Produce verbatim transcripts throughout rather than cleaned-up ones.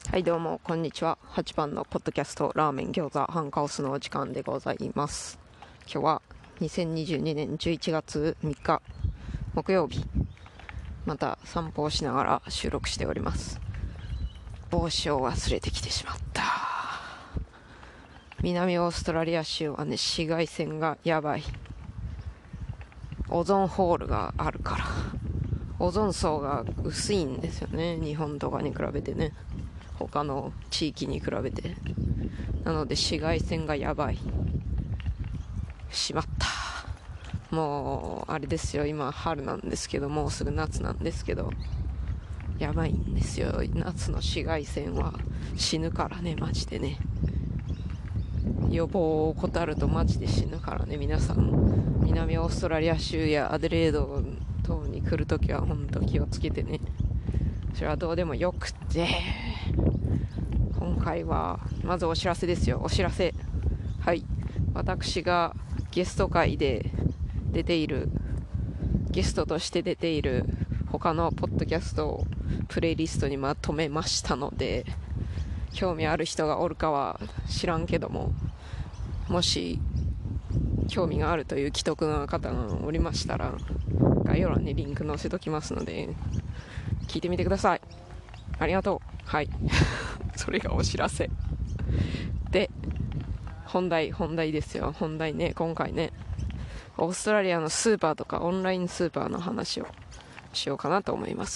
はいどうもこんにちは。はちばんのポッドキャストラーメン餃子ハンカオスのお時間でございます。今日はにせんにじゅうにねんじゅういちがつみっか木曜日、また散歩をしながら収録しております。帽子を忘れてきてしまった。南オーストラリア州はね、紫外線がやばい。オゾンホールがあるから、オゾン層が薄いんですよね、日本とかに比べてね、他の地域に比べて。なので紫外線がやばい。しまった。もうあれですよ、今春なんですけど、もうすぐ夏なんですけど、やばいんですよ。夏の紫外線は死ぬからね、マジでね。予防を怠るとマジで死ぬからね。皆さん南オーストラリア州やアデレード等に来るときは本当気をつけてね。それはどうでもよくて、今回はまずお知らせですよ。お知らせ。はい、私がゲスト会で出ているゲストとして出ている他のポッドキャストをプレイリストにまとめましたので、興味ある人がおるかは知らんけども、もし興味があるという既得な方がおりましたら、概要欄にリンク載せときますので聞いてみてください。ありがとう。はいそれがお知らせで、本題本題ですよ。本題ね、今回ね、オーストラリアのスーパーとかオンラインスーパーの話をしようかなと思います。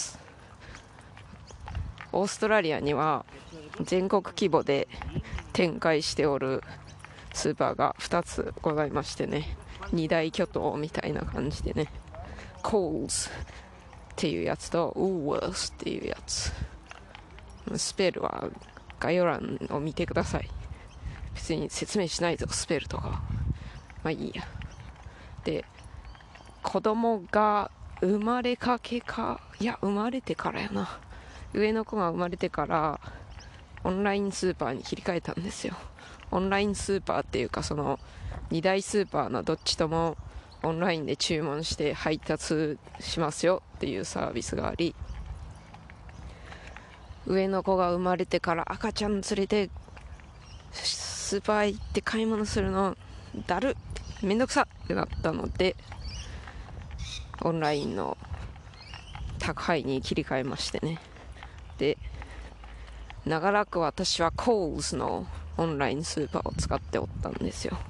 オーストラリアには全国規模で展開しておるスーパーがふたつございましてね、二大巨頭みたいな感じでね、コールズっていうやつとウーワースっていうやつ。スペルは概要欄を見てください。別に説明しないぞ、スペルとか。まあいいや。で、子供が生まれかけか、いや生まれてからやな、上の子が生まれてからオンラインスーパーに切り替えたんですよ。オンラインスーパーっていうか、そのに大スーパーのどっちともオンラインで注文して配達しますよっていうサービスがあり、上の子が生まれてから赤ちゃん連れてスーパー行って買い物するのだるっ、めんどくさってなったので、オンラインの宅配に切り替えましてね。で、長らく私はコールズのオンラインスーパーを使っておったんですよ。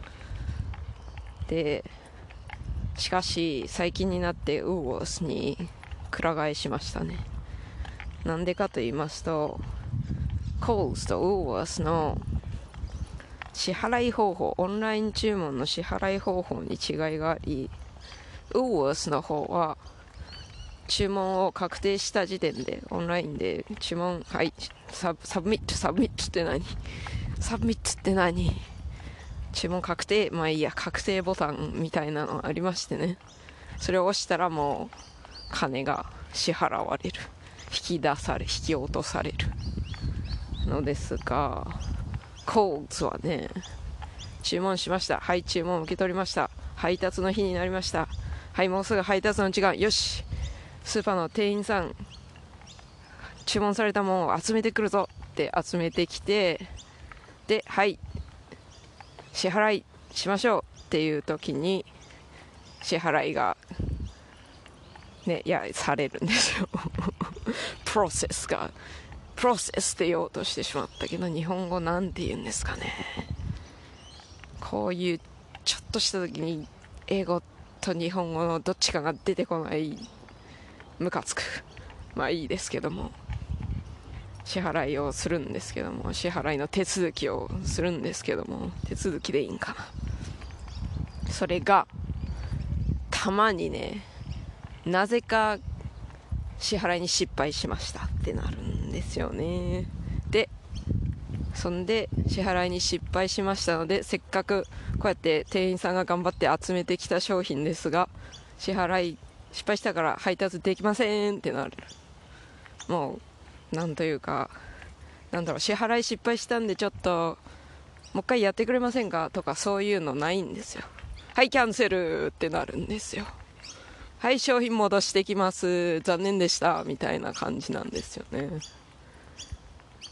で、しかし最近になってウーワースにくら替えしましたね。なんでかと言いますと、コールズとウーワースの支払い方法、オンライン注文の支払い方法に違いがあり、ウーワースの方は注文を確定した時点でオンラインで注文、はいサブ、サブミットサブミットって何サブミットって何注文確定、まあいいや、確定ボタンみたいなのがありましてね、それを押したらもう金が支払われる、引き出され引き落とされるのですが、コールズはね、注文しました、はい、注文受け取りました、配達の日になりました、はい、もうすぐ配達の時間、よし、スーパーの店員さん、注文されたものを集めてくるぞって集めてきて、で、はい支払いしましょうっていう時に支払いがね、いやされるんですよプロセスがプロセスって言おうとしてしまったけど、日本語なんて言うんですかね。こういうちょっとした時に英語と日本語のどっちかが出てこない、ムカつく。まあいいですけども、支払いをするんですけども、支払いの手続きをするんですけども、手続きでいいんかな。それがたまにね、なぜか支払いに失敗しましたってなるんですよね。で、そんで支払いに失敗しましたので、せっかくこうやって店員さんが頑張って集めてきた商品ですが、支払い失敗したから配達できませんってなる。もうなんというか、なんだろう、支払い失敗したんでちょっともう一回やってくれませんかとか、そういうのないんですよ。はい、キャンセルってなるんですよ。はい、商品戻してきます、残念でしたみたいな感じなんですよね。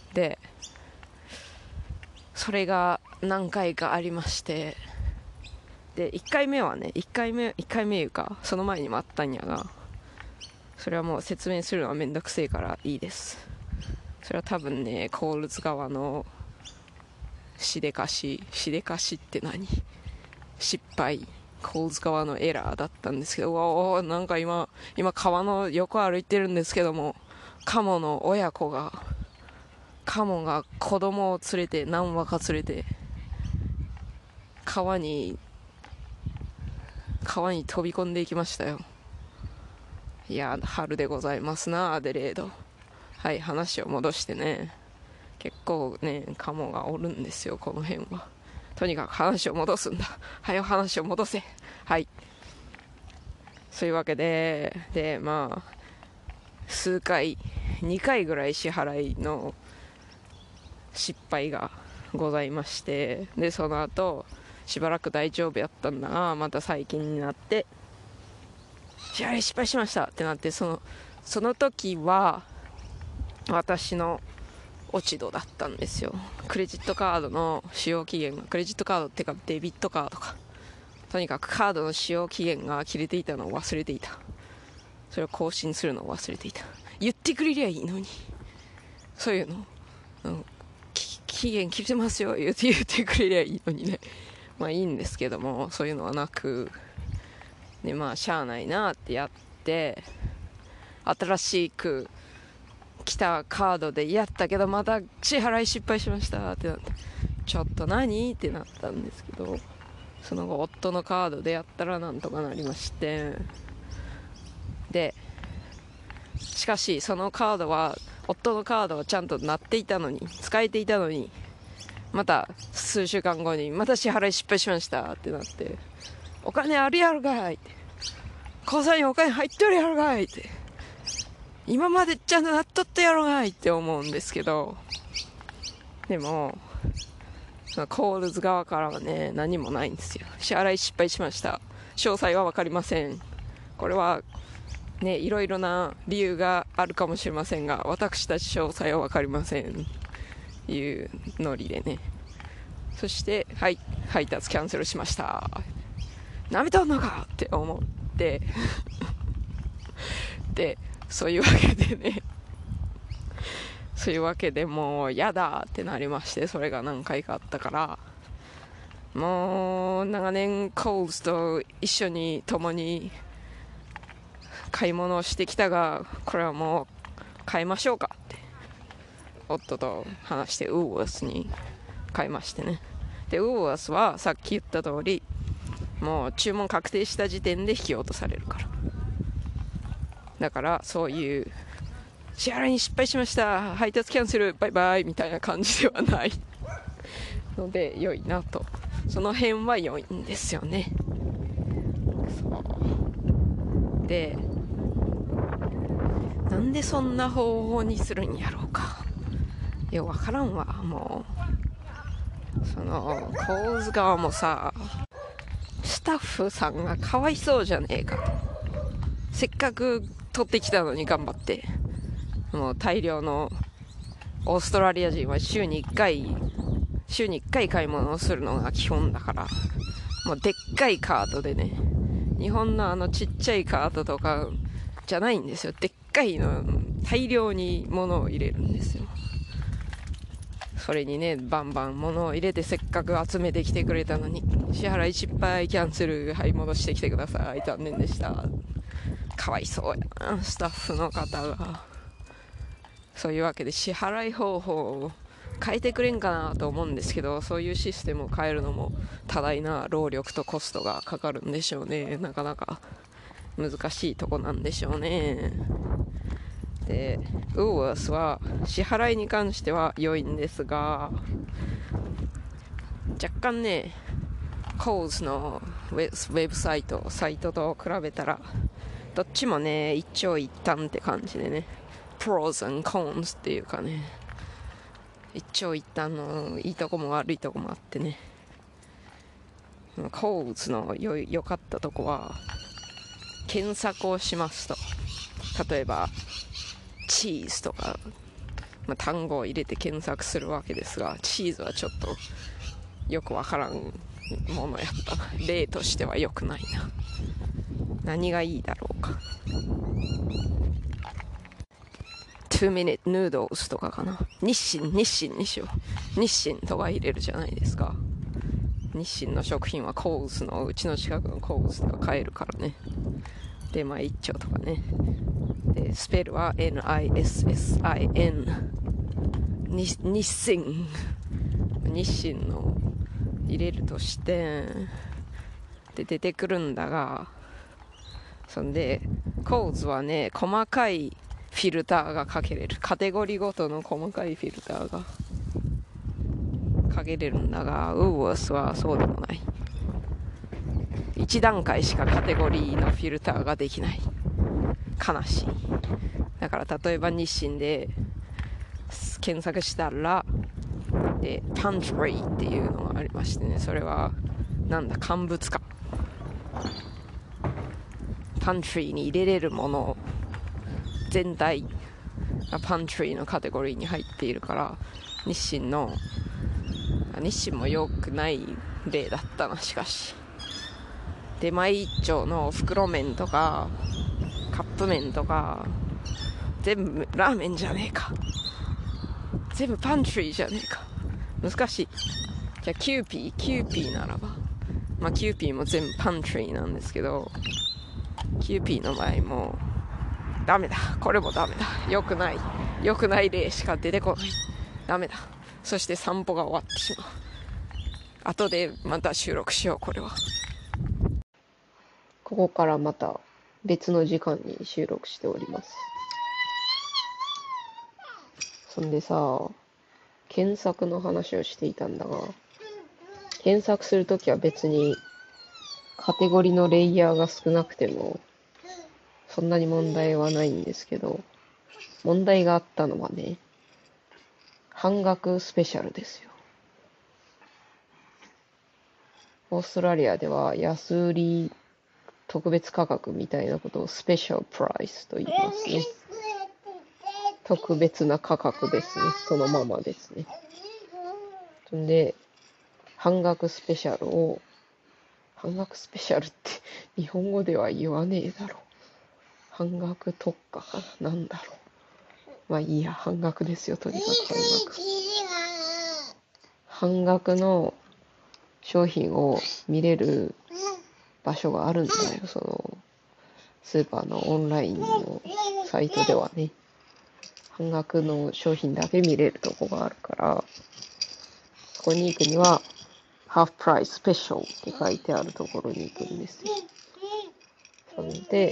でそれが何回かありまして、でいっかいめはねいっかいめいっかいめいうかその前にもあったんやが、それはもう説明するのはめんどくせえからいいです。それは多分ねコールズ川のしでかししでかしって何失敗コールズ川のエラーだったんですけど、うわおなんか今今川の横歩いてるんですけども、カモの親子がカモが子供を連れて何羽か連れて川に川に飛び込んでいきましたよ。いや春でございますなアデレード。はい、話を戻してね、結構ねカモがおるんですよこの辺は。とにかく話を戻すんだ、はよ話を戻せ。はい、そういうわけででまあ数回にかいぐらい支払いの失敗がございまして、でその後しばらく大丈夫やったんだが、また最近になって支払い失敗しましたってなって、そのその時は私の落ち度だったんですよ。クレジットカードの使用期限が、クレジットカードってかデビットカードか、とにかくカードの使用期限が切れていたのを忘れていた。それを更新するのを忘れていた。言ってくれりゃいいのに、そういうの、うん、期限切れてますよ言って言ってくれりゃいいのにね。まあいいんですけども、そういうのはなくで、まあしゃあないなってやって、新しく来たカードでやったけどまた支払い失敗しましたってなって、ちょっと何ってなったんですけど、その後夫のカードでやったらなんとかなりまして、でしかしそのカードは夫のカードはちゃんと鳴っていたのに、使えていたのに、また数週間後にまた支払い失敗しましたってなって、お金あるやろがいって、口座にお金入ってるやろがいって、今までちゃんとなっとったやろがいって思うんですけど、でもそのコールズ側からはね何もないんですよ。支払い失敗しました、詳細は分かりません。これはねいろいろな理由があるかもしれませんが、私たち詳細は分かりませんいうノリでね、そしてはい配達キャンセルしました、なめとんのかって思ってでそういうわけでねそういうわけでもうやだってなりまして、それが何回かあったから、もう長年コールズと一緒に共に買い物をしてきたが、これはもう買いましょうかって夫と話してウーワースに買いましてね。でウーワースはさっき言った通りもう注文確定した時点で引き落とされるから、だからそういう支払いに失敗しました配達キャンセルバイバイみたいな感じではないので良いなと、その辺は良いんですよね。そうでなんでそんな方法にするんやろうか、よくわからんわ。もうそのコールズ側もさ、スタッフさんがかわいそうじゃねえかと、せっかく取ってきたのに頑張って、もう大量のオーストラリア人は週にいっかい週にいっかい買い物をするのが基本だから、もうでっかいカードでね、日本のあのちっちゃいカードとかじゃないんですよ、でっかいの大量に物を入れるんですよ。それにねバンバン物を入れて、せっかく集めてきてくれたのに支払い失敗キャンセル、はい戻してきてください残念でした、かわいそうやなスタッフの方が。そういうわけで支払い方法を変えてくれんかなと思うんですけど、そういうシステムを変えるのも多大な労力とコストがかかるんでしょうね。なかなか難しいとこなんでしょうね。でウーワースは支払いに関しては良いんですが、若干ねコールズのウェ、ウェブサイトサイトと比べたらどっちもね一長一短って感じでね、プローズ&コーンズっていうかね、一長一短のいいとこも悪いとこもあってね、コールズのよ良かったとこは検索をしますと、例えばチーズとかまあ、単語を入れて検索するわけですが、チーズはちょっとよくわからんものやったな。例としては良くないな。何がいいだろうか。ツーミニットヌードルズとかかな。日清、日清にしよう。日清とか入れるじゃないですか。日清の食品はコールズのうちの近くのコールズでは買えるからね。で、まあ一丁とかね。で、スペルは エヌアイエスエスアイエヌ。日清。日清の入れるとして、で、出てくるんだが、そんで、コールズはね、細かいフィルターがかけれる。カテゴリーごとの細かいフィルターがかけれるんだが、ウーワースはそうでもない。一段階しかカテゴリーのフィルターができない。悲しい。だから例えば日清で検索したら、で、パントリーっていうのがありましてね、それはなんだ、乾物か。パントリーに入れれるもの全体がパントリーのカテゴリーに入っているから、日清の日清も良くない例だったな。しかし出前一丁の袋麺とかカップ麺とか全部ラーメンじゃねえか、全部パントリーじゃねえか。難しい。じゃあキューピーキューピーならば、まあキューピーも全部パントリーなんですけど、キューピーの場合もダメだ、これもダメだ、良くない良くない例しか出てこない、ダメだ。そして散歩が終わってしまう。後でまた収録しよう。これはここからまた別の時間に収録しております。そんでさ、検索の話をしていたんだが、検索するときは別にカテゴリーのレイヤーが少なくてもそんなに問題はないんですけど、問題があったのはね、半額スペシャルですよ。オーストラリアでは安売り特別価格みたいなことをスペシャルプライスと言いますね。特別な価格ですね。そのままですね。で、半額スペシャルを、半額スペシャルって日本語では言わねえだろ。半額特価かな、なんだろう。まあいいや、半額ですよ、とにかく半額。半額の商品を見れる場所があるんだよ、そのスーパーのオンラインのサイトではね。半額の商品だけ見れるとこがあるから、そこに行くにはハーフプライススペシャルって書いてあるところに行くんですよ。そんで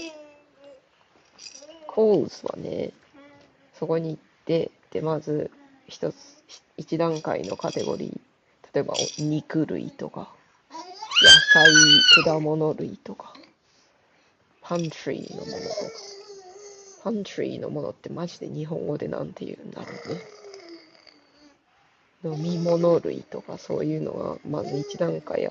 コールズはね、そこに行って、でまず一つ一段階のカテゴリー、例えば肉類とか野菜、果物類とかパントリーのものとか。パントリーのものってマジで日本語でなんて言うんだろうね。飲み物類とかそういうのがまず一段階あって、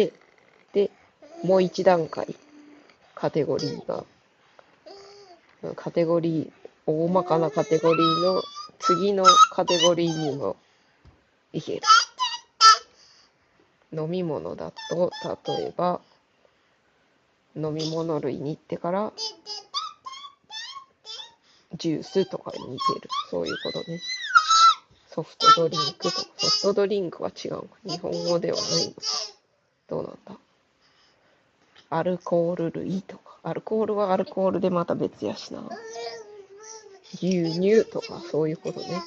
で、もう一段階カテゴリーが、カテゴリー、大まかなカテゴリーの次のカテゴリーにもいける。飲み物だと、例えば、飲み物類に行ってから、ジュースとかに行ける。そういうことね。ソフトドリンクとか、ソフトドリンクは違うのか。日本語ではないのか。どうなんだ。アルコール類とか。アルコールはアルコールでまた別やしな。牛乳とか、そういうことね。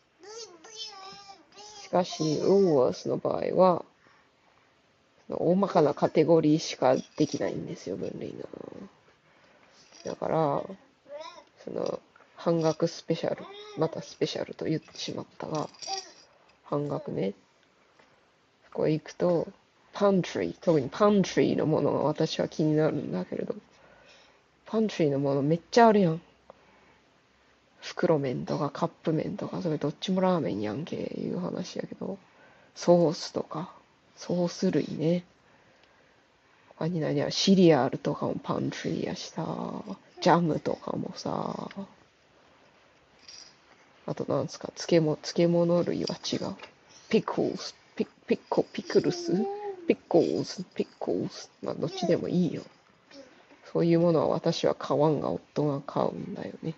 しかし、ウーワースの場合は、大まかなカテゴリーしかできないんですよ、分類の。だから、その、半額スペシャル、またスペシャルと言ってしまったが、半額ね。そこへ行くと、パントリー、特にパントリーのものが私は気になるんだけれど、パントリーのものめっちゃあるやん。袋麺とかカップ麺とか、それどっちもラーメンやんけ、いう話やけど、ソースとか、ソース類ね。他に何や、シリアルとかもパントリーやしさ、ジャムとかもさ、 あとなんですか、漬物、漬物類は違う。ピクルス、ピ、ピコ、ピクルス、ピコーズ、ピコーズ。まあ、どっちでもいいよ。そういうものは私は買わんが夫が買うんだよね。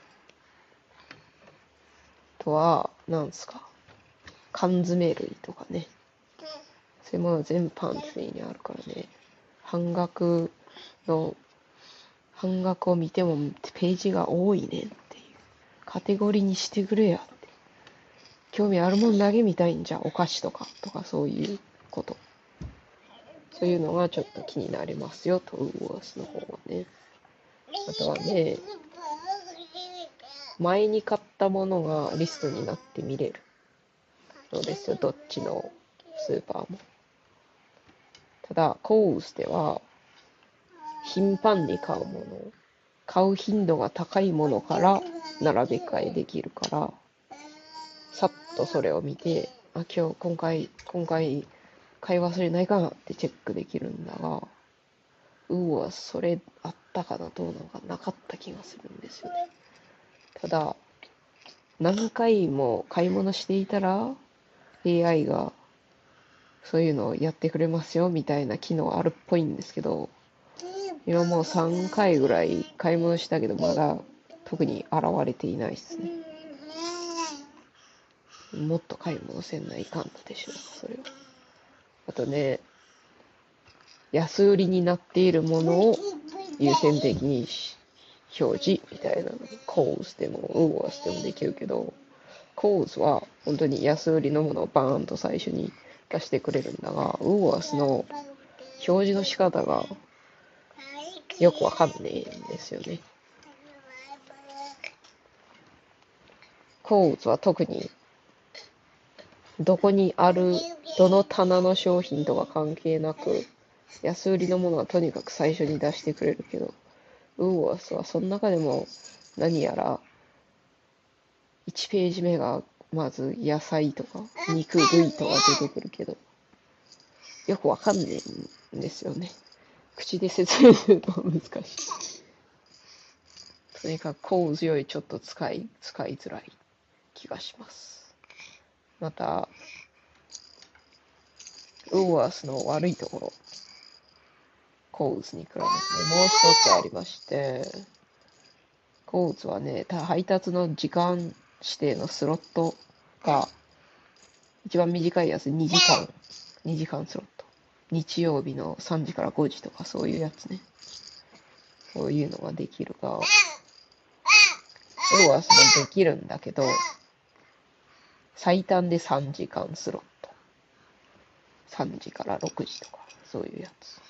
あとは、なんすか、缶詰類とかね。そういうもの全部パンツリーにあるからね。半額の、半額を見てもページが多いねんっていう。カテゴリーにしてくれやって。興味あるもんだけ見たいんじゃ、お菓子とか、とかそういうこと。そういうのがちょっと気になりますよと、ウーワースの方はね。あとはね、前に買ったものがリストになって見れるのですよ、どっちのスーパーも。ただ、コースでは、頻繁に買うもの、買う頻度が高いものから並べ替えできるから、さっとそれを見て、あ、今日、今回、今回、買い忘れないかなってチェックできるんだが、うわ、それあったかな、どうなのかなかった気がするんですよね。ただ、何回も買い物していたら、エーアイ がそういうのをやってくれますよみたいな機能あるっぽいんですけど、今もうさんかいぐらい買い物したけど、まだ特に現れていないですね。もっと買い物せんないかんのでしょうか、それは。あとね、安売りになっているものを優先的に表示みたいなの、コースでもウーワースでもできるけど、コースは本当に安売りのものをバーンと最初に出してくれるんだが、ウーワースの表示の仕方がよくわかんないんですよね。コースは特にどこにある、どの棚の商品とか関係なく、安売りのものはとにかく最初に出してくれるけど、ウーワースはその中でも何やらいちページ目がまず野菜とか肉類とか出てくるけど、よくわかんないんですよね。口で説明すると難しい。とにかくコーズよりちょっと使い、使いづらい気がします。また、ウーワースの悪いところ、コーズに比べて、ね、もう一つありまして、コーズはね、配達の時間指定のスロットが、一番短いやつにじかん、にじかんスロット。日曜日のさんじからごじとかそういうやつね。そういうのができるが、ウーワースもできるんだけど、最短でさんじかんスロット。さんじからろくじとか、そういうやつ。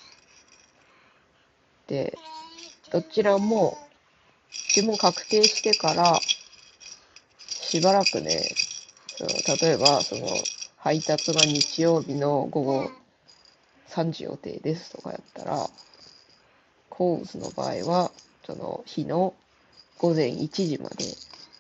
で、どちらも、注文確定してから、しばらくね、その例えば、その、配達が日曜日の午後さんじ予定ですとかやったら、コーズの場合は、その日の午前いちじまで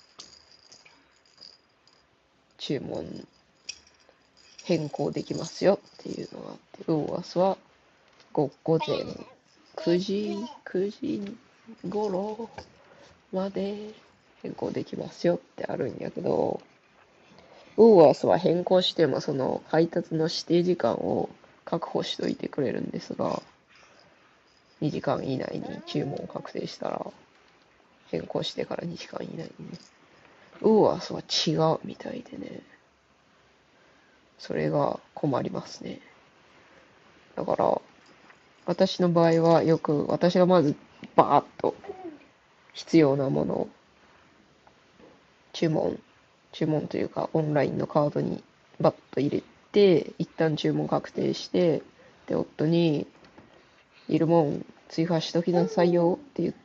注文変更できますよっていうのがあって、ウーワースは午前くじ、くじ頃まで変更できますよってあるんやけど、ウーワースは変更してもその配達の指定時間を確保しといてくれるんですが、にじかん以内に注文確定したら変更してからにじかん以内にね。ウーワースは違うみたいでね、それが困りますね。だから、私の場合はよく、私がまずバーッと必要なものを注文、注文というかオンラインのカードにバッと入れて、一旦注文確定して、で、夫に、いるもん追加しときなさいよって言って、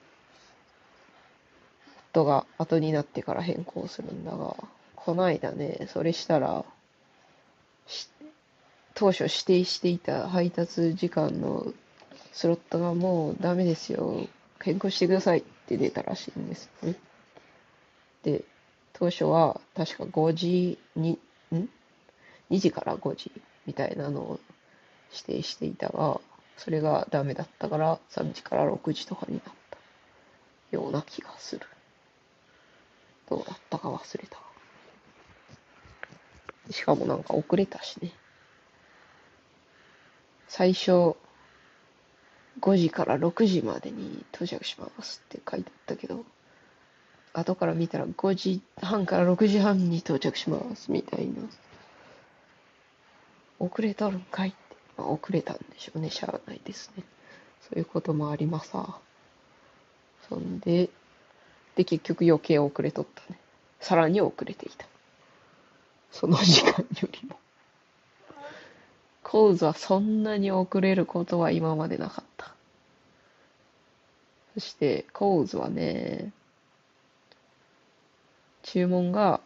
夫が後になってから変更するんだが、こないだね、それしたら、当初指定していた配達時間のスロットがもうダメですよ。変更してくださいって出たらしいんですね。で、当初は確かごじに、ん ?に 時からごじみたいなのを指定していたが、それがダメだったからさんじからろくじとかになったような気がする。 どうだったか忘れた。しかもなんか遅れたしね。最初、ごじからろくじまでに到着しますって書いてあったけど、後から見たらごじはんからろくじはんに到着しますみたいな。遅れとるんかいって。まあ、遅れたんでしょうね。しゃあないですね。そういうこともありますさ。そんで、で、結局余計遅れとったね。さらに遅れていた。その時間よりも。コーズはそんなに遅れることは今までなかった。そして、コーズはね、注文が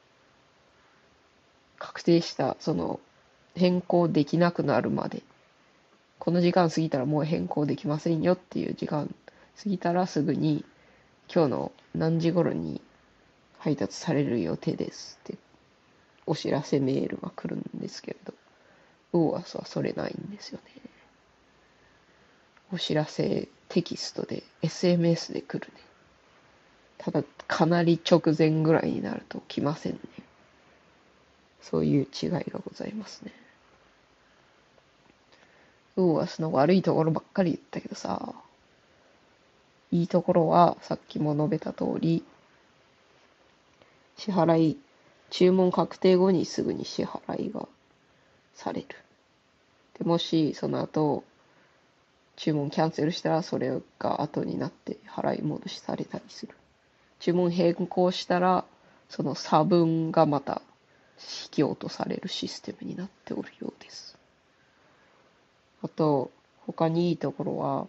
確定した、その、変更できなくなるまで、この時間過ぎたらもう変更できませんよっていう時間過ぎたらすぐに、今日の何時頃に配達される予定ですってお知らせメールが来るんですけれど、ウーアスはそれないんですよね。お知らせテキストで エスエムエス で来るね。ただかなり直前ぐらいになると来ませんね。そういう違いがございますね。ウーアスの悪いところばっかり言ったけどさ、いいところはさっきも述べた通り、支払い、注文確定後にすぐに支払いがされる。でもしその後注文キャンセルしたらそれが後になって払い戻しされたりする。注文変更したらその差分がまた引き落とされるシステムになっておるようです。あと他にいいところは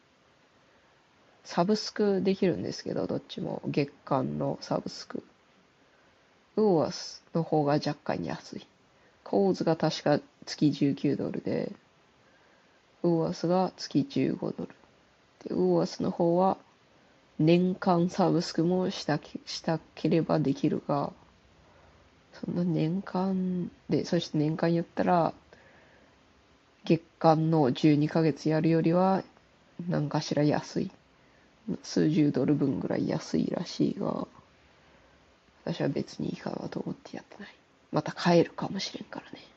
サブスクできるんですけど、どっちも月間のサブスク。ウーアスの方が若干安い。コーズが確か月じゅうきゅうドルで、ウーアスが月じゅうごドル。で、ウーアスの方は年間サブスクもしたけしたければできるが、そんな年間で、そして年間やったら、月間のじゅうにかげつやるよりは、何かしら安い。数十ドル分ぐらい安いらしいが、私は別にいいかなと思ってやってない。また買えるかもしれんからね。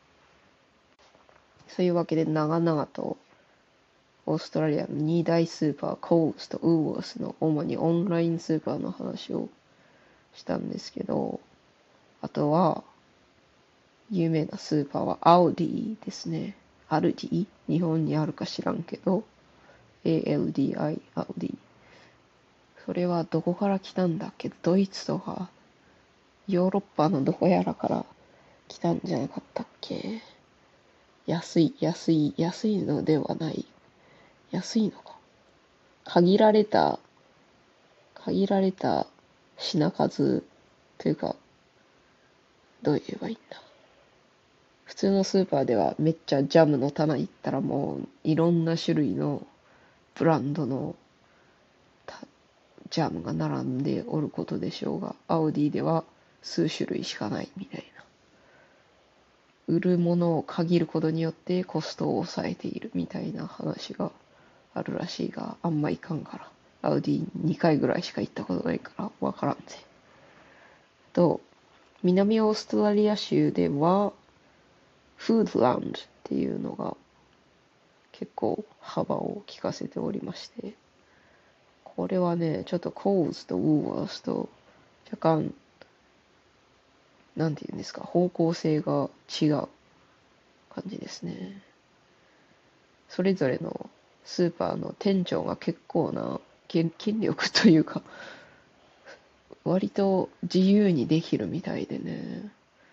そういうわけで長々とオーストラリアのに大スーパー、コーズとウーアスの主にオンラインスーパーの話をしたんですけど、あとは有名なスーパーはアウディですね。アルディ、日本にあるか知らんけど、エーエルディーアイ、アウディ。それはどこから来たんだっけ？ドイツとかヨーロッパのどこやらから来たんじゃなかったっけ？安い、安い、安いのではない。安いのか。限られた、限られた品数というか、どう言えばいいんだ。普通のスーパーではめっちゃジャムの棚行ったらもういろんな種類のブランドのジャムが並んでおることでしょうが、アウディでは数種類しかないみたいな。売るものを限ることによってコストを抑えているみたいな話があるらしいが、あんまいかんから。アウディにかいぐらいしか行ったことないからわからんぜ。と、南オーストラリア州では、フードランドっていうのが結構幅を利かせておりまして、これはね、ちょっとコーズとウーアースと若干、なんていうんですか、方向性が違う感じですね。それぞれのスーパーの店長が結構な権権力というか、割と自由にできるみたいでね、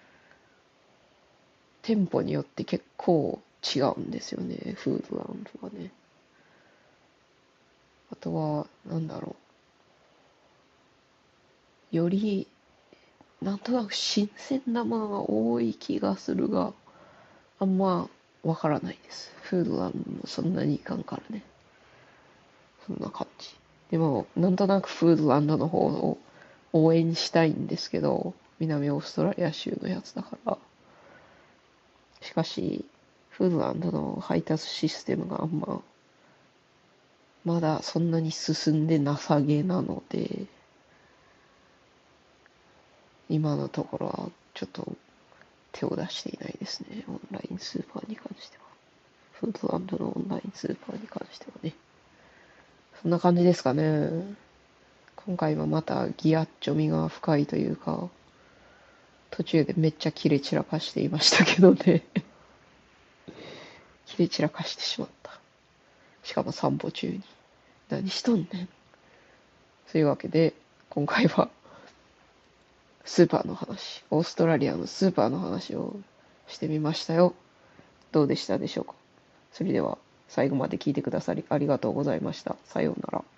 店舗によって結構違うんですよね、フードランドはね。あとは、なんだろう。より、なんとなく新鮮なものが多い気がするが、あんまわからないです。フードランドもそんなにいかんからね。そんな感じ。でも、なんとなくフードランドの方を応援したいんですけど、南オーストラリア州のやつだから。しかし、フードランドの配達システムがあんま、まだそんなに進んでなさげなので、 今のところはちょっと手を出していないですね。オンラインスーパーに関しては。フードランドのオンラインスーパーに関してはね。そんな感じですかね。今回はまたギアッチョ味が深いというか、途中でめっちゃキレ散らかしていましたけどね。キレ散らかしてしまった。しかも散歩中に。何しとんねん。そういうわけで、今回はスーパーの話、オーストラリアのスーパーの話をしてみましたよ。どうでしたでしょうか。それでは最後まで聞いてくださりありがとうございました。さようなら。